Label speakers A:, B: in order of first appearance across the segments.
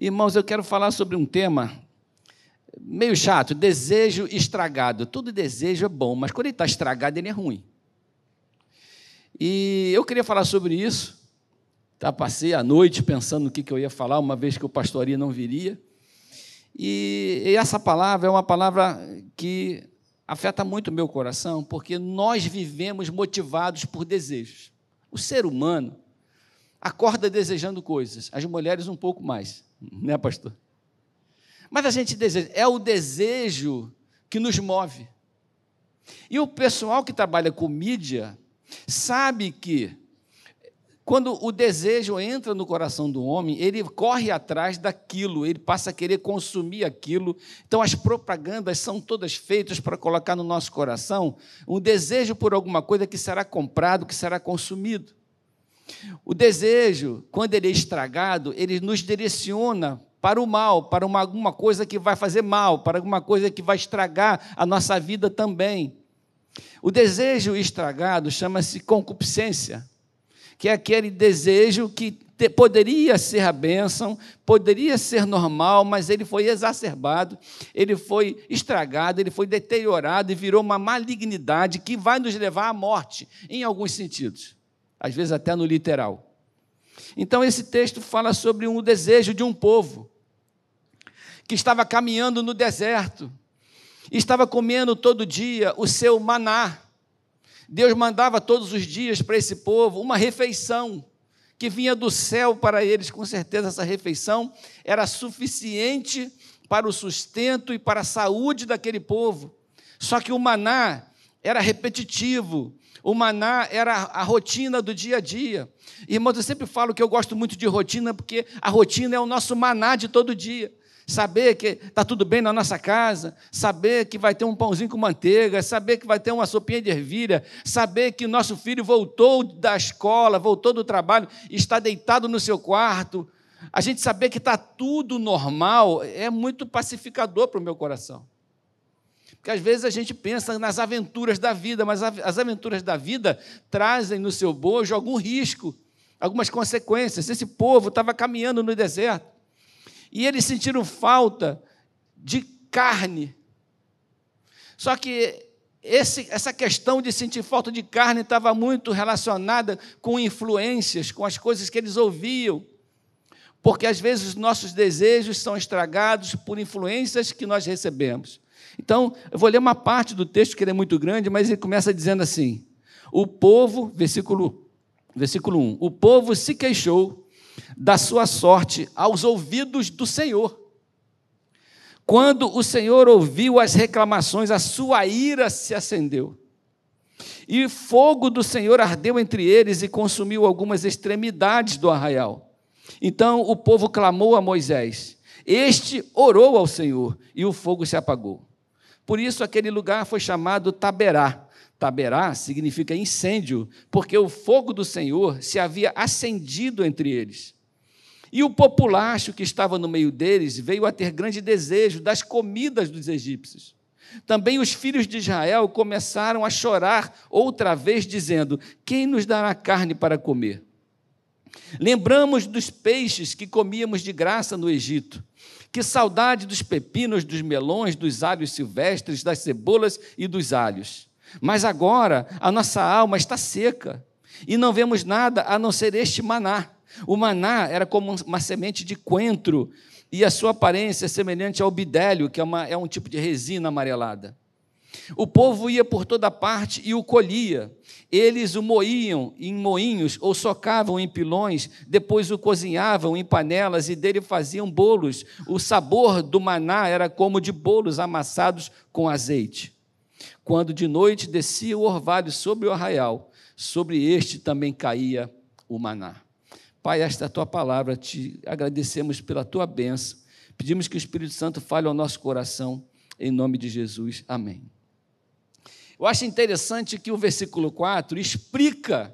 A: Irmãos, eu quero falar sobre um tema meio chato, desejo estragado. Todo desejo é bom, mas quando ele está estragado, ele é ruim. E eu queria falar sobre isso. Passei a noite pensando no que eu ia falar, uma vez que o pastor Ari não viria. E essa palavra é uma palavra que afeta muito o meu coração, porque nós vivemos motivados por desejos. O ser humano acorda desejando coisas, as mulheres um pouco mais, né, pastor? Mas a gente deseja, é o desejo que nos move. E o pessoal que trabalha com mídia sabe que quando o desejo entra no coração do homem, ele corre atrás daquilo, ele passa a querer consumir aquilo. Então, as propagandas são todas feitas para colocar no nosso coração um desejo por alguma coisa que será comprado, que será consumido. O desejo, quando ele é estragado, ele nos direciona para o mal, para alguma coisa que vai fazer mal, para alguma coisa que vai estragar a nossa vida também. O desejo estragado chama-se concupiscência, que é aquele desejo que poderia ser a bênção, poderia ser normal, mas ele foi exacerbado, ele foi estragado, ele foi deteriorado e virou uma malignidade que vai nos levar à morte, em alguns sentidos, às vezes até no literal. Então, esse texto fala sobre um desejo de um povo que estava caminhando no deserto, estava comendo todo dia o seu maná. Deus mandava todos os dias para esse povo uma refeição que vinha do céu para eles. Com certeza essa refeição era suficiente para o sustento e para a saúde daquele povo. Só que o maná era repetitivo, o maná era a rotina do dia a dia. Irmãos, eu sempre falo que eu gosto muito de rotina, porque a rotina é o nosso maná de todo dia. Saber que está tudo bem na nossa casa, saber que vai ter um pãozinho com manteiga, saber que vai ter uma sopinha de ervilha, saber que o nosso filho voltou da escola, voltou do trabalho, está deitado no seu quarto, a gente saber que está tudo normal, é muito pacificador para o meu coração. Porque às vezes a gente pensa nas aventuras da vida, mas as aventuras da vida trazem no seu bojo algum risco, algumas consequências. Esse povo estava caminhando no deserto, e eles sentiram falta de carne. Só que essa questão de sentir falta de carne estava muito relacionada com influências, com as coisas que eles ouviam. Porque, às vezes, os nossos desejos são estragados por influências que nós recebemos. Então, eu vou ler uma parte do texto, que ele é muito grande, mas ele começa dizendo assim: o povo, versículo 1, o povo se queixou da sua sorte aos ouvidos do Senhor. Quando o Senhor ouviu as reclamações, a sua ira se acendeu. E o fogo do Senhor ardeu entre eles e consumiu algumas extremidades do arraial. Então o povo clamou a Moisés. Este orou ao Senhor e o fogo se apagou. Por isso aquele lugar foi chamado Taberá. Taberá significa incêndio, porque o fogo do Senhor se havia acendido entre eles. E o populacho que estava no meio deles veio a ter grande desejo das comidas dos egípcios. Também os filhos de Israel começaram a chorar outra vez, dizendo: quem nos dará carne para comer? Lembramos dos peixes que comíamos de graça no Egito. Que saudade dos pepinos, dos melões, dos alhos silvestres, das cebolas e dos alhos. Mas agora a nossa alma está seca e não vemos nada a não ser este maná. O maná era como uma semente de coentro e a sua aparência é semelhante ao bidélio, que é um tipo de resina amarelada. O povo ia por toda parte e o colhia. Eles o moíam em moinhos ou socavam em pilões, depois o cozinhavam em panelas e dele faziam bolos. O sabor do maná era como de bolos amassados com azeite. Quando de noite descia o orvalho sobre o arraial, sobre este também caía o maná. Pai, esta é a tua palavra, te agradecemos pela tua bênção, pedimos que o Espírito Santo fale ao nosso coração, em nome de Jesus, amém. Eu acho interessante que o versículo 4 explica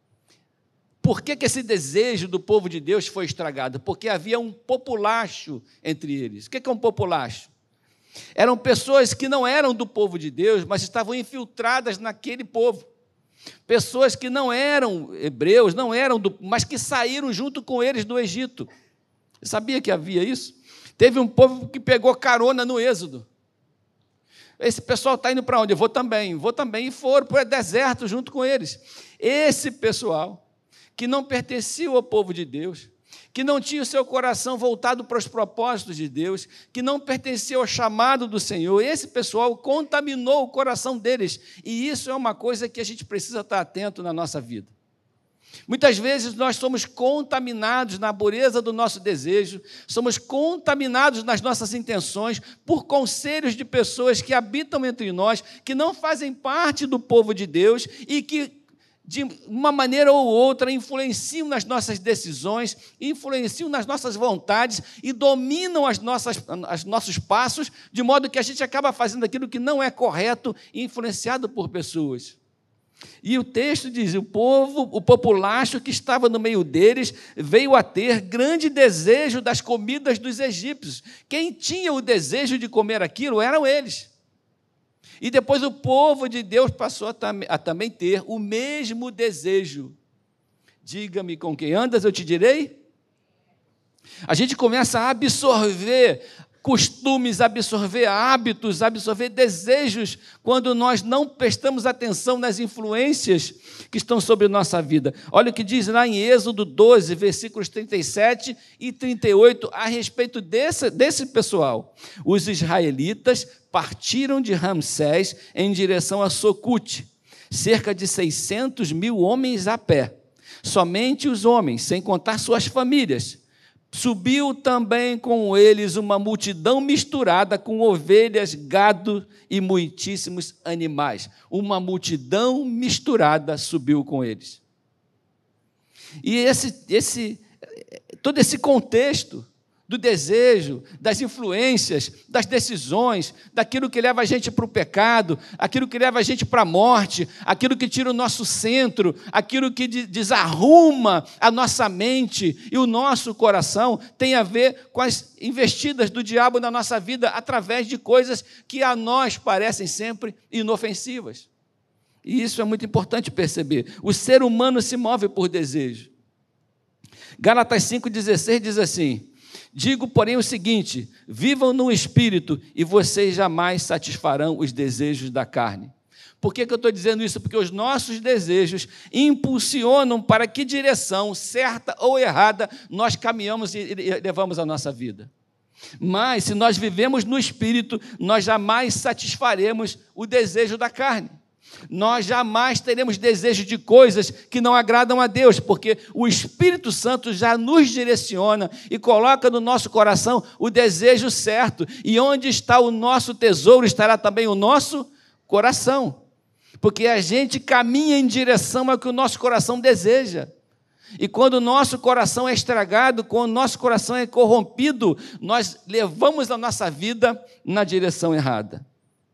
A: por que esse desejo do povo de Deus foi estragado, porque havia um populacho entre eles. O que é um populacho? Eram pessoas que não eram do povo de Deus, mas estavam infiltradas naquele povo. Pessoas que não eram hebreus, não eram mas que saíram junto com eles do Egito. Você sabia que havia isso? Teve um povo que pegou carona no Êxodo. Esse pessoal está indo para onde? Eu vou também, e foram para o deserto junto com eles. Esse pessoal, que não pertencia ao povo de Deus, que não tinha o seu coração voltado para os propósitos de Deus, que não pertencia ao chamado do Senhor, esse pessoal contaminou o coração deles. E isso é uma coisa que a gente precisa estar atento na nossa vida. Muitas vezes nós somos contaminados na pureza do nosso desejo, somos contaminados nas nossas intenções por conselhos de pessoas que habitam entre nós, que não fazem parte do povo de Deus e que, de uma maneira ou outra, influenciam nas nossas decisões, influenciam nas nossas vontades e dominam os nossos passos, de modo que a gente acaba fazendo aquilo que não é correto, influenciado por pessoas. E o texto diz, o populacho que estava no meio deles veio a ter grande desejo das comidas dos egípcios. Quem tinha o desejo de comer aquilo eram eles. E depois o povo de Deus passou a também ter o mesmo desejo. Diga-me com quem andas, eu te direi. A gente começa a absorver costumes, absorver hábitos, absorver desejos, quando nós não prestamos atenção nas influências que estão sobre a nossa vida. Olha o que diz lá em Êxodo 12, versículos 37 e 38, a respeito desse pessoal. Os israelitas partiram de Ramsés em direção a Socote, cerca de 600.000 homens a pé, somente os homens, sem contar suas famílias. Subiu também com eles uma multidão misturada com ovelhas, gado e muitíssimos animais. Uma multidão misturada subiu com eles. E todo esse contexto do desejo, das influências, das decisões, daquilo que leva a gente para o pecado, aquilo que leva a gente para a morte, aquilo que tira o nosso centro, aquilo que desarruma a nossa mente e o nosso coração, tem a ver com as investidas do diabo na nossa vida através de coisas que a nós parecem sempre inofensivas. E isso é muito importante perceber. O ser humano se move por desejo. Gálatas 5,16 diz assim: digo, porém, o seguinte: vivam no Espírito e vocês jamais satisfarão os desejos da carne. Por que eu estou dizendo isso? Porque os nossos desejos impulsionam para que direção, certa ou errada, nós caminhamos e levamos a nossa vida. Mas, se nós vivemos no Espírito, nós jamais satisfaremos o desejo da carne. Nós jamais teremos desejo de coisas que não agradam a Deus, porque o Espírito Santo já nos direciona e coloca no nosso coração o desejo certo. E onde está o nosso tesouro, estará também o nosso coração. Porque a gente caminha em direção ao que o nosso coração deseja. E quando o nosso coração é estragado, quando o nosso coração é corrompido, nós levamos a nossa vida na direção errada.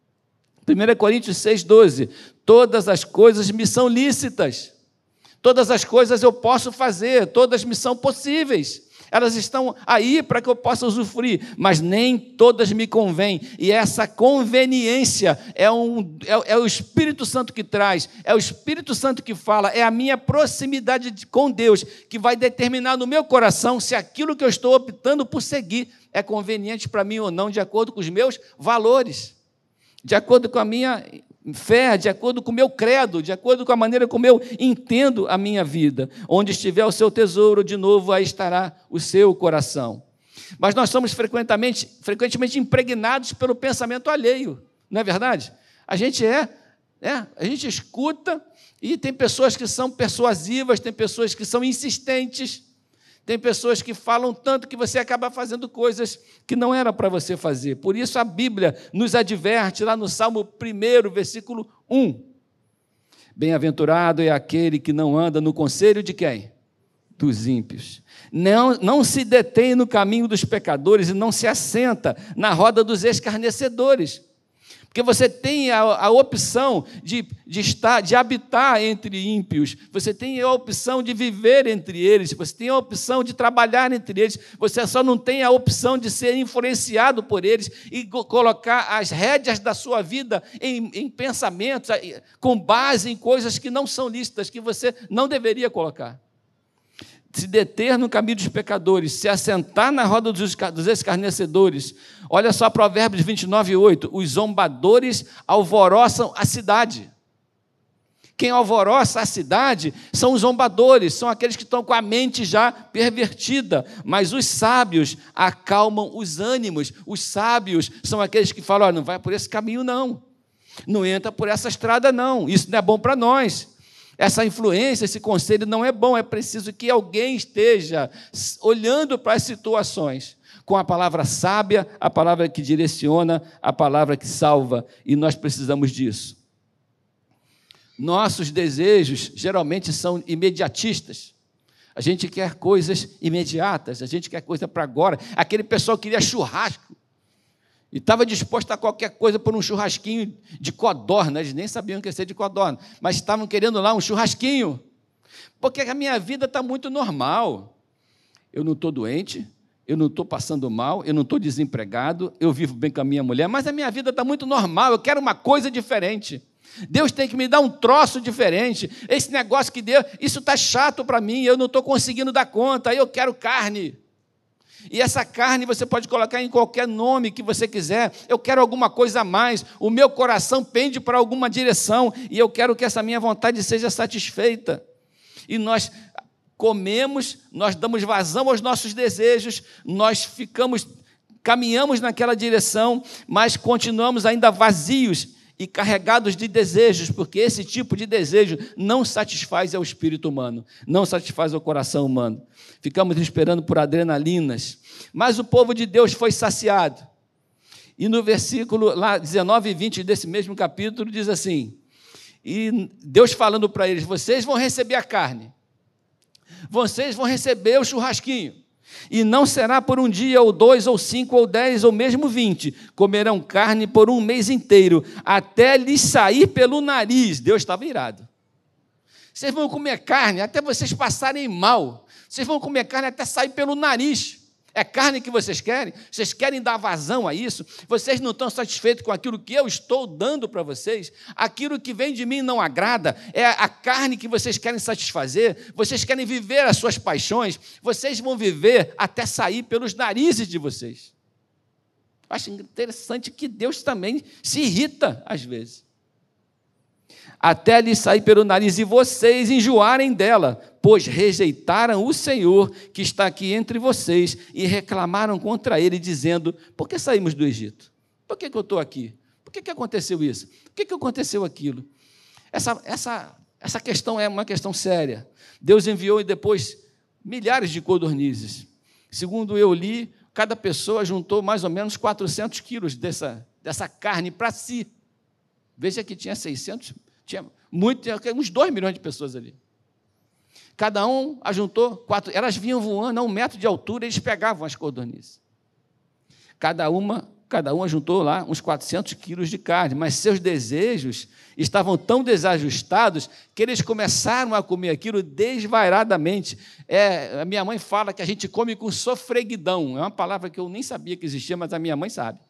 A: 1 Coríntios 6,12, todas as coisas me são lícitas, todas as coisas eu posso fazer, todas me são possíveis, elas estão aí para que eu possa usufruir, mas nem todas me convêm, e essa conveniência é o Espírito Santo que traz, é o Espírito Santo que fala, é a minha proximidade com Deus, que vai determinar no meu coração se aquilo que eu estou optando por seguir é conveniente para mim ou não, de acordo com os meus valores, de acordo com a minha fé, de acordo com o meu credo, de acordo com a maneira como eu entendo a minha vida. Onde estiver o seu tesouro, de novo, aí estará o seu coração. Mas nós somos frequentemente impregnados pelo pensamento alheio, não é verdade? A gente a gente escuta e tem pessoas que são persuasivas, tem pessoas que são insistentes, tem pessoas que falam tanto que você acaba fazendo coisas que não era para você fazer. Por isso a Bíblia nos adverte lá no Salmo 1, versículo 1. Bem-aventurado é aquele que não anda no conselho de quem? Dos ímpios. Não se detém no caminho dos pecadores e não se assenta na roda dos escarnecedores. Porque você tem a opção de habitar entre ímpios, você tem a opção de viver entre eles, você tem a opção de trabalhar entre eles, você só não tem a opção de ser influenciado por eles e colocar as rédeas da sua vida em pensamentos, com base em coisas que não são lícitas, que você não deveria colocar. se deter no caminho dos pecadores, se assentar na roda dos escarnecedores. Olha só Provérbios 29:8, os zombadores alvoroçam a cidade. Quem alvoroça a cidade são os zombadores, são aqueles que estão com a mente já pervertida, mas os sábios acalmam os ânimos. Os sábios são aqueles que falam, não vai por esse caminho não, não entra por essa estrada não, isso não é bom para nós. Essa influência, esse conselho não é bom, é preciso que alguém esteja olhando para as situações com a palavra sábia, a palavra que direciona, a palavra que salva, e nós precisamos disso. Nossos desejos geralmente são imediatistas. A gente quer coisas imediatas, a gente quer coisa para agora. Aquele pessoal queria churrasco e estava disposto a qualquer coisa por um churrasquinho de codorna. Eles nem sabiam o que ia ser de codorna, mas estavam querendo lá um churrasquinho, porque a minha vida está muito normal. Eu não estou doente, eu não estou passando mal, eu não estou desempregado, eu vivo bem com a minha mulher, mas a minha vida está muito normal, eu quero uma coisa diferente. Deus tem que me dar um troço diferente. Esse negócio que deu, isso está chato para mim, eu não estou conseguindo dar conta, eu quero carne. E essa carne você pode colocar em qualquer nome que você quiser. Eu quero alguma coisa a mais, o meu coração pende para alguma direção, e eu quero que essa minha vontade seja satisfeita. E nós comemos, nós damos vazão aos nossos desejos, nós caminhamos naquela direção, mas continuamos ainda vazios e carregados de desejos, porque esse tipo de desejo não satisfaz ao espírito humano, não satisfaz ao coração humano. Ficamos esperando por adrenalinas, mas o povo de Deus foi saciado. E no versículo lá, 19 e 20 desse mesmo capítulo, diz assim, e Deus falando para eles, vocês vão receber a carne, vocês vão receber o churrasquinho, e não será por um dia, ou 2, ou 5, ou 10, ou mesmo 20. Comerão carne por um mês inteiro, até lhes sair pelo nariz. Deus estava irado. Vocês vão comer carne até vocês passarem mal. Vocês vão comer carne até sair pelo nariz. É carne que vocês querem? Vocês querem dar vazão a isso? Vocês não estão satisfeitos com aquilo que eu estou dando para vocês? Aquilo que vem de mim não agrada? É a carne que vocês querem satisfazer? Vocês querem viver as suas paixões? Vocês vão viver até sair pelos narizes de vocês. Acho interessante que Deus também se irrita às vezes. Até lhe sair pelo nariz e vocês enjoarem dela, pois rejeitaram o Senhor que está aqui entre vocês e reclamaram contra ele, dizendo, por que saímos do Egito? Por que eu estou aqui? Por que aconteceu isso? Por que aconteceu aquilo? Essa questão é uma questão séria. Deus enviou depois milhares de codornizes. Segundo eu li, cada pessoa juntou mais ou menos 400 quilos dessa carne para si. Veja que tinha 600, tinha uns 2 milhões de pessoas ali. Cada um ajuntou 4, elas vinham voando a 1 metro de altura, eles pegavam as codornizes. Cada um ajuntou lá uns 400 quilos de carne, mas seus desejos estavam tão desajustados que eles começaram a comer aquilo desvairadamente. A minha mãe fala que a gente come com sofreguidão, é uma palavra que eu nem sabia que existia, mas a minha mãe sabe.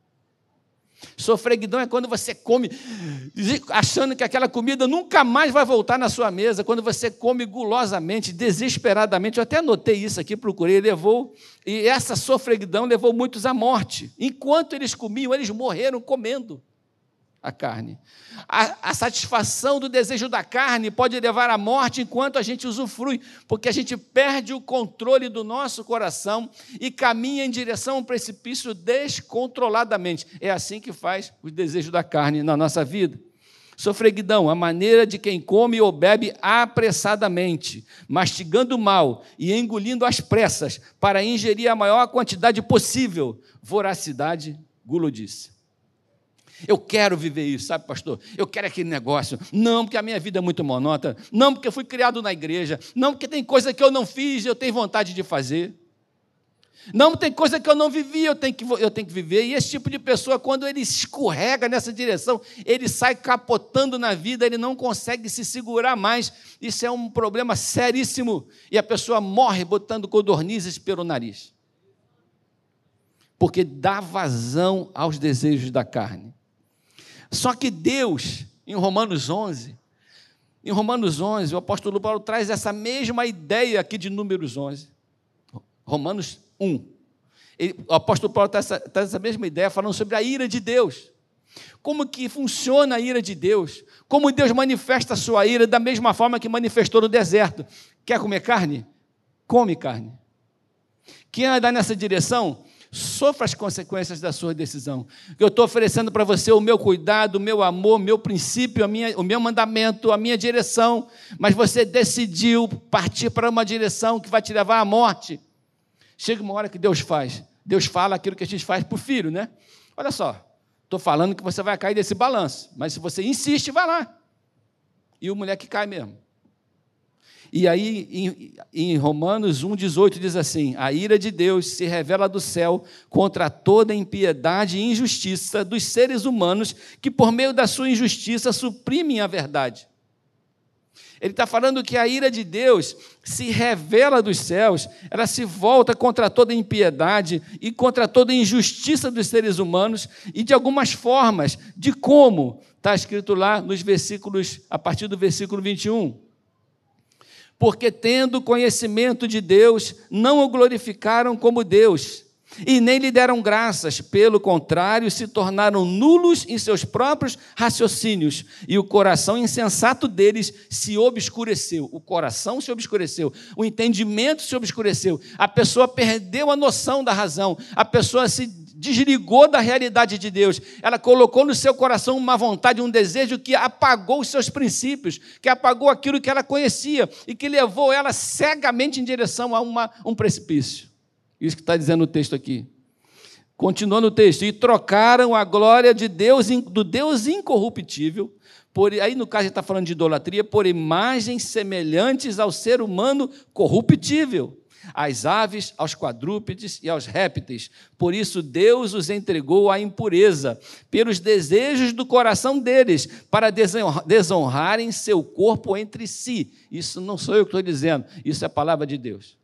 A: Sofreguidão é quando você come achando que aquela comida nunca mais vai voltar na sua mesa, quando você come gulosamente, desesperadamente. Eu até anotei isso aqui, procurei, e essa sofreguidão levou muitos à morte. Enquanto eles comiam, eles morreram comendo a carne. A satisfação do desejo da carne pode levar à morte enquanto a gente usufrui, porque a gente perde o controle do nosso coração e caminha em direção a um precipício descontroladamente. É assim que faz o desejo da carne na nossa vida. Sofreguidão, a maneira de quem come ou bebe apressadamente, mastigando mal e engolindo às pressas para ingerir a maior quantidade possível. Voracidade, gulodice. Eu quero viver isso, sabe, pastor? Eu quero aquele negócio. Não, porque a minha vida é muito monótona. Não, porque eu fui criado na igreja. Não, porque tem coisa que eu não fiz e eu tenho vontade de fazer. Não, tem coisa que eu não vivi, eu tenho que viver. E esse tipo de pessoa, quando ele escorrega nessa direção, ele sai capotando na vida, ele não consegue se segurar mais. Isso é um problema seríssimo. E a pessoa morre botando codornizes pelo nariz. Porque dá vazão aos desejos da carne. Só que Deus, em Romanos 11, Em Romanos 11, o apóstolo Paulo traz essa mesma ideia aqui de Números 11. Romanos 1. O apóstolo Paulo traz essa mesma ideia falando sobre a ira de Deus. Como que funciona a ira de Deus? Como Deus manifesta a sua ira da mesma forma que manifestou no deserto. Quer comer carne? Come carne. Quem andar nessa direção, sofra as consequências da sua decisão. Eu estou oferecendo para você o meu cuidado, o meu amor, o meu princípio, o meu mandamento, a minha direção, mas você decidiu partir para uma direção que vai te levar à morte. Chega uma hora que Deus fala aquilo que a gente faz para o filho, né? Olha só, estou falando que você vai cair desse balanço, mas se você insiste, vai lá. E o moleque cai mesmo. E aí, em Romanos 1,18 diz assim: a ira de Deus se revela do céu contra toda impiedade e injustiça dos seres humanos que, por meio da sua injustiça, suprimem a verdade. Ele está falando que a ira de Deus se revela dos céus, ela se volta contra toda impiedade e contra toda injustiça dos seres humanos e de algumas formas, de como está escrito lá nos versículos, a partir do versículo 21. Porque, tendo conhecimento de Deus, não o glorificaram como Deus, e nem lhe deram graças, pelo contrário, se tornaram nulos em seus próprios raciocínios, e o coração insensato deles se obscureceu. O coração se obscureceu, o entendimento se obscureceu, a pessoa perdeu a noção da razão, a pessoa se desligou da realidade de Deus, ela colocou no seu coração uma vontade, um desejo que apagou os seus princípios, que apagou aquilo que ela conhecia e que levou ela cegamente em direção a um precipício. Isso que está dizendo o texto aqui. Continuando o texto: e trocaram a glória de Deus, do Deus incorruptível, aí no caso ele está falando de idolatria, por imagens semelhantes ao ser humano corruptível, às aves, aos quadrúpedes e aos répteis. Por isso Deus os entregou à impureza, pelos desejos do coração deles, para desonrarem seu corpo entre si. Isso não sou eu que estou dizendo, isso é a palavra de Deus.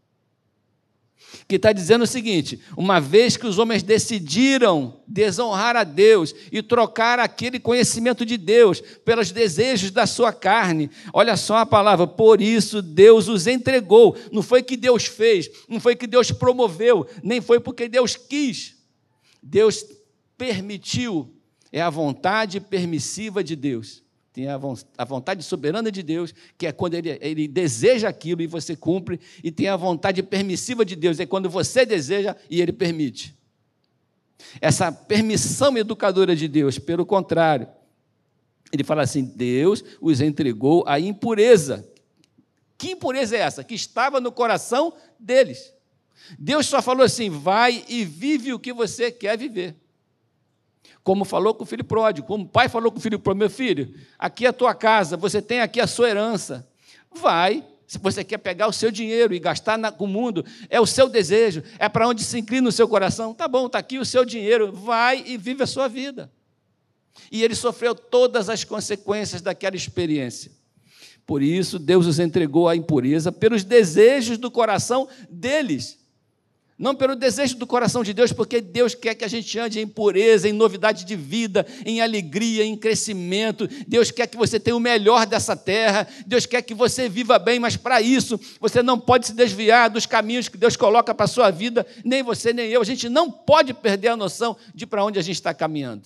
A: Que está dizendo o seguinte: uma vez que os homens decidiram desonrar a Deus e trocar aquele conhecimento de Deus pelos desejos da sua carne, olha só a palavra, por isso Deus os entregou. Não foi que Deus fez, não foi que Deus promoveu, nem foi porque Deus quis. Deus permitiu, é a vontade permissiva de Deus. Tem a vontade soberana de Deus, que é quando ele deseja aquilo e você cumpre, e tem a vontade permissiva de Deus, é quando você deseja e Ele permite. Essa permissão educadora de Deus, pelo contrário, ele fala assim: Deus os entregou à impureza. Que impureza é essa? Que estava no coração deles. Deus só falou assim: vai e vive o que você quer viver. Como falou com o filho pródigo, como o pai falou com o filho pródigo: meu filho, aqui é a tua casa, você tem aqui a sua herança, vai, se você quer pegar o seu dinheiro e gastar com o mundo, é o seu desejo, é para onde se inclina o seu coração, tá bom, está aqui o seu dinheiro, vai e vive a sua vida. E ele sofreu todas as consequências daquela experiência. Por isso, Deus os entregou à impureza pelos desejos do coração deles. Não pelo desejo do coração de Deus, porque Deus quer que a gente ande em pureza, em novidade de vida, em alegria, em crescimento. Deus quer que você tenha o melhor dessa terra. Deus quer que você viva bem, mas para isso você não pode se desviar dos caminhos que Deus coloca para a sua vida, nem você, nem eu. A gente não pode perder a noção de para onde a gente está caminhando.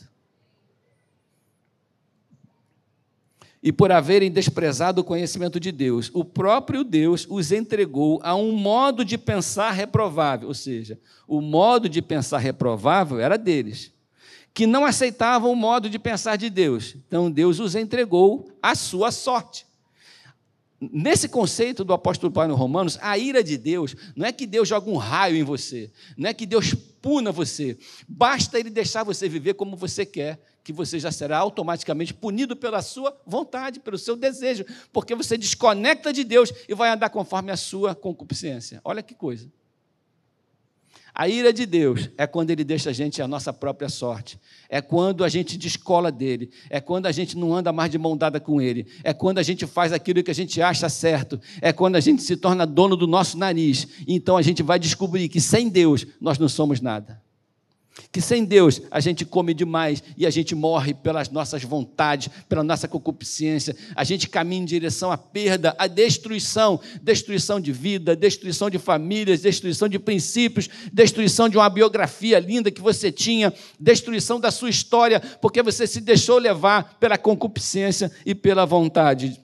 A: E por haverem desprezado o conhecimento de Deus, o próprio Deus os entregou a um modo de pensar reprovável, ou seja, o modo de pensar reprovável era deles, que não aceitavam o modo de pensar de Deus. Então, Deus os entregou à sua sorte. Nesse conceito do apóstolo Paulo em Romanos, a ira de Deus não é que Deus joga um raio em você, não é que Deus puna você, basta Ele deixar você viver como você quer, que você já será automaticamente punido pela sua vontade, pelo seu desejo, porque você desconecta de Deus e vai andar conforme a sua concupiscência. Olha que coisa. A ira de Deus é quando Ele deixa a gente à nossa própria sorte, é quando a gente descola dEle, é quando a gente não anda mais de mão dada com Ele, é quando a gente faz aquilo que a gente acha certo, é quando a gente se torna dono do nosso nariz, então a gente vai descobrir que sem Deus nós não somos nada. Que sem Deus a gente come demais e a gente morre pelas nossas vontades, pela nossa concupiscência, a gente caminha em direção à perda, à destruição, destruição de vida, destruição de famílias, destruição de princípios, destruição de uma biografia linda que você tinha, destruição da sua história, porque você se deixou levar pela concupiscência e pela vontade.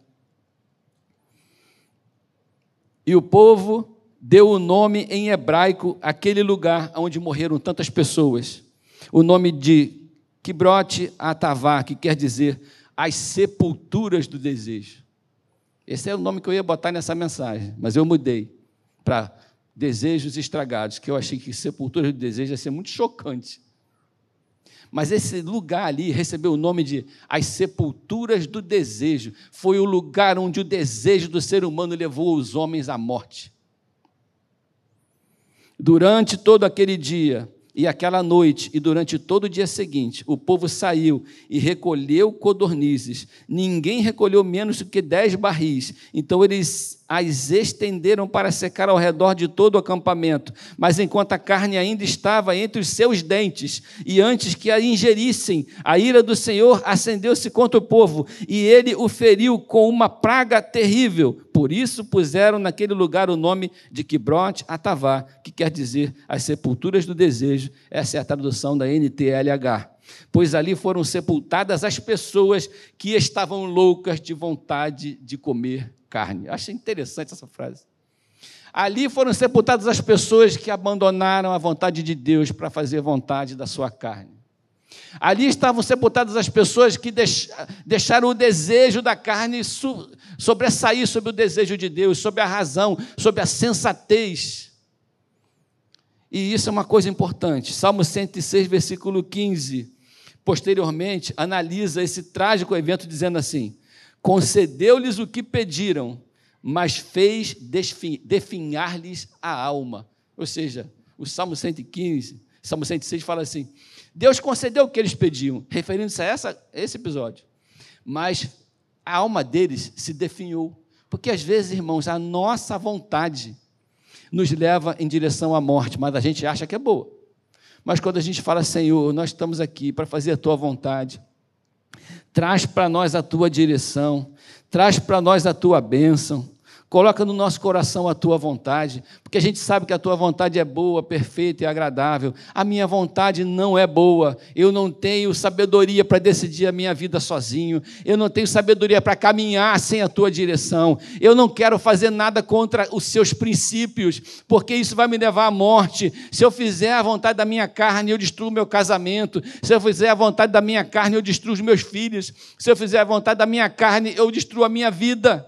A: E o povo deu o nome em hebraico àquele lugar onde morreram tantas pessoas. O nome de Kibrote Atavá, que quer dizer as sepulturas do desejo. Esse é o nome que eu ia botar nessa mensagem, mas eu mudei para desejos estragados, que eu achei que sepulturas do desejo ia ser muito chocante. Mas esse lugar ali recebeu o nome de as sepulturas do desejo. Foi o lugar onde o desejo do ser humano levou os homens à morte. Durante todo aquele dia e aquela noite, e durante todo o dia seguinte, o povo saiu e recolheu codornizes. Ninguém recolheu menos do que 10 barris. Então eles as estenderam para secar ao redor de todo o acampamento. Mas enquanto a carne ainda estava entre os seus dentes, e antes que a ingerissem, a ira do Senhor acendeu-se contra o povo, e ele o feriu com uma praga terrível. Por isso puseram naquele lugar o nome de Kibrote Atavá, que quer dizer as sepulturas do desejo. Essa é a tradução da NTLH. Pois ali foram sepultadas as pessoas que estavam loucas de vontade de comer carne. Acho interessante essa frase. Ali foram sepultadas as pessoas que abandonaram a vontade de Deus para fazer vontade da sua carne. Ali estavam sepultadas as pessoas que deixaram o desejo da carne sobressair sobre o desejo de Deus, sobre a razão, sobre a sensatez. E isso é uma coisa importante. Salmo 106, versículo 15, posteriormente, analisa esse trágico evento dizendo assim: concedeu-lhes o que pediram, mas fez definhar-lhes a alma. Ou seja, o Salmo 115, Salmo 106 fala assim: Deus concedeu o que eles pediam, referindo-se a esse episódio, mas a alma deles se definhou. Porque às vezes, irmãos, a nossa vontade nos leva em direção à morte, mas a gente acha que é boa. Mas quando a gente fala: Senhor, nós estamos aqui para fazer a Tua vontade, traz para nós a Tua direção, traz para nós a Tua bênção, coloca no nosso coração a Tua vontade, porque a gente sabe que a Tua vontade é boa, perfeita e agradável. A minha vontade não é boa, eu não tenho sabedoria para decidir a minha vida sozinho, eu não tenho sabedoria para caminhar sem a Tua direção, eu não quero fazer nada contra os Seus princípios, porque isso vai me levar à morte. Se eu fizer a vontade da minha carne, eu destruo o meu casamento. Se eu fizer a vontade da minha carne, eu destruo os meus filhos. Se eu fizer a vontade da minha carne, eu destruo a minha vida.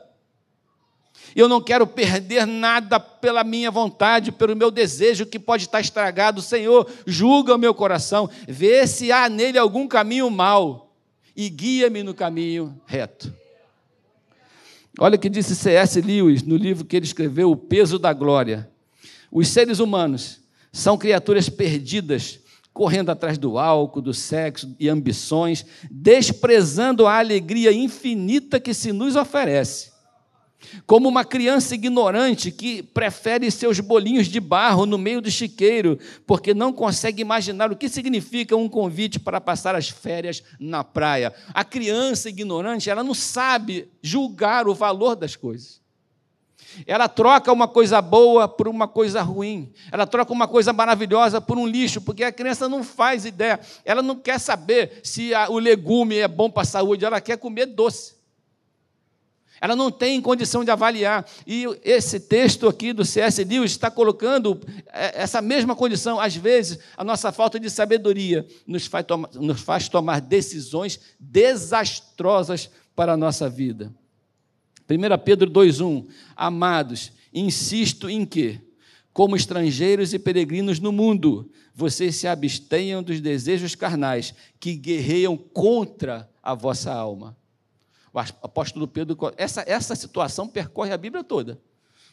A: Eu não quero perder nada pela minha vontade, pelo meu desejo que pode estar estragado. Senhor, julga o meu coração, vê se há nele algum caminho mau e guia-me no caminho reto. Olha o que disse C.S. Lewis no livro que ele escreveu, O Peso da Glória. Os seres humanos são criaturas perdidas, correndo atrás do álcool, do sexo e ambições, desprezando a alegria infinita que se nos oferece. Como uma criança ignorante que prefere seus bolinhos de barro no meio do chiqueiro, porque não consegue imaginar o que significa um convite para passar as férias na praia. A criança ignorante, ela não sabe julgar o valor das coisas. Ela troca uma coisa boa por uma coisa ruim. Ela troca uma coisa maravilhosa por um lixo, porque a criança não faz ideia. Ela não quer saber se o legume é bom para a saúde, ela quer comer doce. Ela não tem condição de avaliar. E esse texto aqui do C.S. Lewis está colocando essa mesma condição. Às vezes, a nossa falta de sabedoria nos faz tomar decisões desastrosas para a nossa vida. 1 Pedro 2,1: Amados, insisto em que, como estrangeiros e peregrinos no mundo, vocês se abstenham dos desejos carnais que guerreiam contra a vossa alma. O apóstolo Pedro, essa situação percorre a Bíblia toda.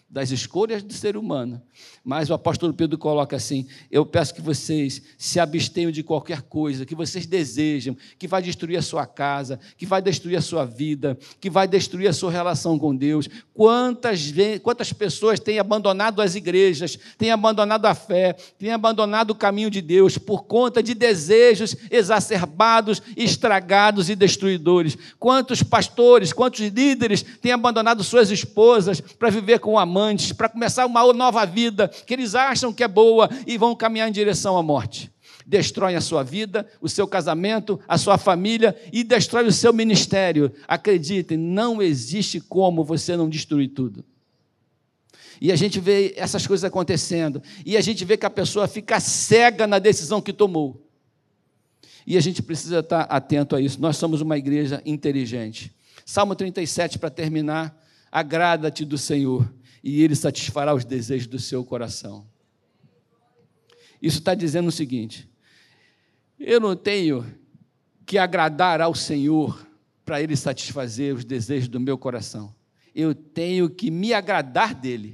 A: das escolhas do ser humano. Mas o apóstolo Pedro coloca assim: eu peço que vocês se abstenham de qualquer coisa que vocês desejam, que vai destruir a sua casa, que vai destruir a sua vida, que vai destruir a sua relação com Deus. Quantas pessoas têm abandonado as igrejas, têm abandonado a fé, têm abandonado o caminho de Deus por conta de desejos exacerbados, estragados e destruidores. Quantos pastores, quantos líderes têm abandonado suas esposas para viver com amantes, para começar uma nova vida que eles acham que é boa e vão caminhar em direção à morte. Destrói a sua vida, o seu casamento, a sua família e destrói o seu ministério. Acreditem, não existe como você não destruir tudo. E a gente vê essas coisas acontecendo, e a gente vê que a pessoa fica cega na decisão que tomou. E a gente precisa estar atento a isso. Nós somos uma igreja inteligente. Salmo 37, para terminar: agrada-te do Senhor, e Ele satisfará os desejos do seu coração. Isso está dizendo o seguinte: eu não tenho que agradar ao Senhor para Ele satisfazer os desejos do meu coração. Eu tenho que me agradar dEle.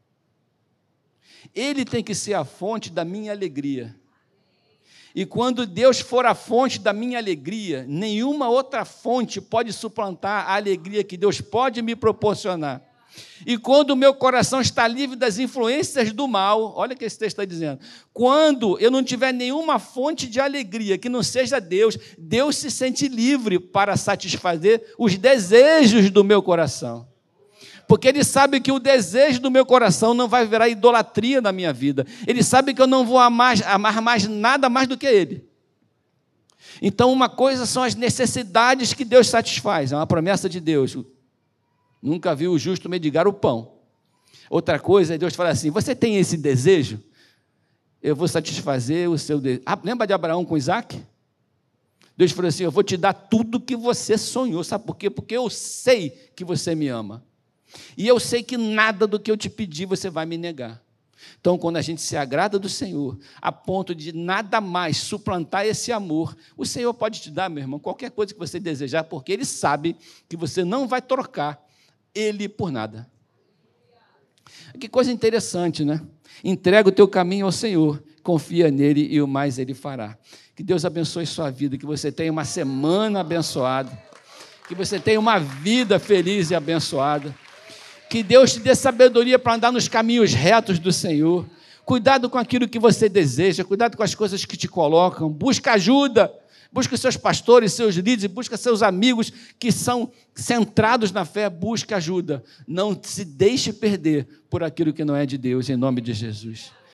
A: Ele tem que ser a fonte da minha alegria. E quando Deus for a fonte da minha alegria, nenhuma outra fonte pode suplantar a alegria que Deus pode me proporcionar. E quando o meu coração está livre das influências do mal, olha o que esse texto está dizendo: quando eu não tiver nenhuma fonte de alegria que não seja Deus, Deus se sente livre para satisfazer os desejos do meu coração. Porque Ele sabe que o desejo do meu coração não vai virar idolatria na minha vida. Ele sabe que eu não vou amar mais nada mais do que Ele. Então, uma coisa são as necessidades que Deus satisfaz, é uma promessa de Deus. Nunca vi o justo mendigar o pão. Outra coisa é Deus falar assim: você tem esse desejo? Eu vou satisfazer o seu desejo. Lembra de Abraão com Isaac? Deus falou assim: eu vou te dar tudo que você sonhou. Sabe por quê? Porque eu sei que você me ama. E eu sei que nada do que eu te pedir você vai me negar. Então, quando a gente se agrada do Senhor, a ponto de nada mais suplantar esse amor, o Senhor pode te dar, meu irmão, qualquer coisa que você desejar, porque Ele sabe que você não vai trocar Ele por nada. Que coisa interessante, né? Entrega o teu caminho ao Senhor, confia nele e o mais Ele fará. Que Deus abençoe sua vida, que você tenha uma semana abençoada, que você tenha uma vida feliz e abençoada. Que Deus te dê sabedoria para andar nos caminhos retos do Senhor. Cuidado com aquilo que você deseja, cuidado com as coisas que te colocam. Busca ajuda, busca os seus pastores, seus líderes, busca seus amigos que são centrados na fé. Busca ajuda. Não se deixe perder por aquilo que não é de Deus, em nome de Jesus.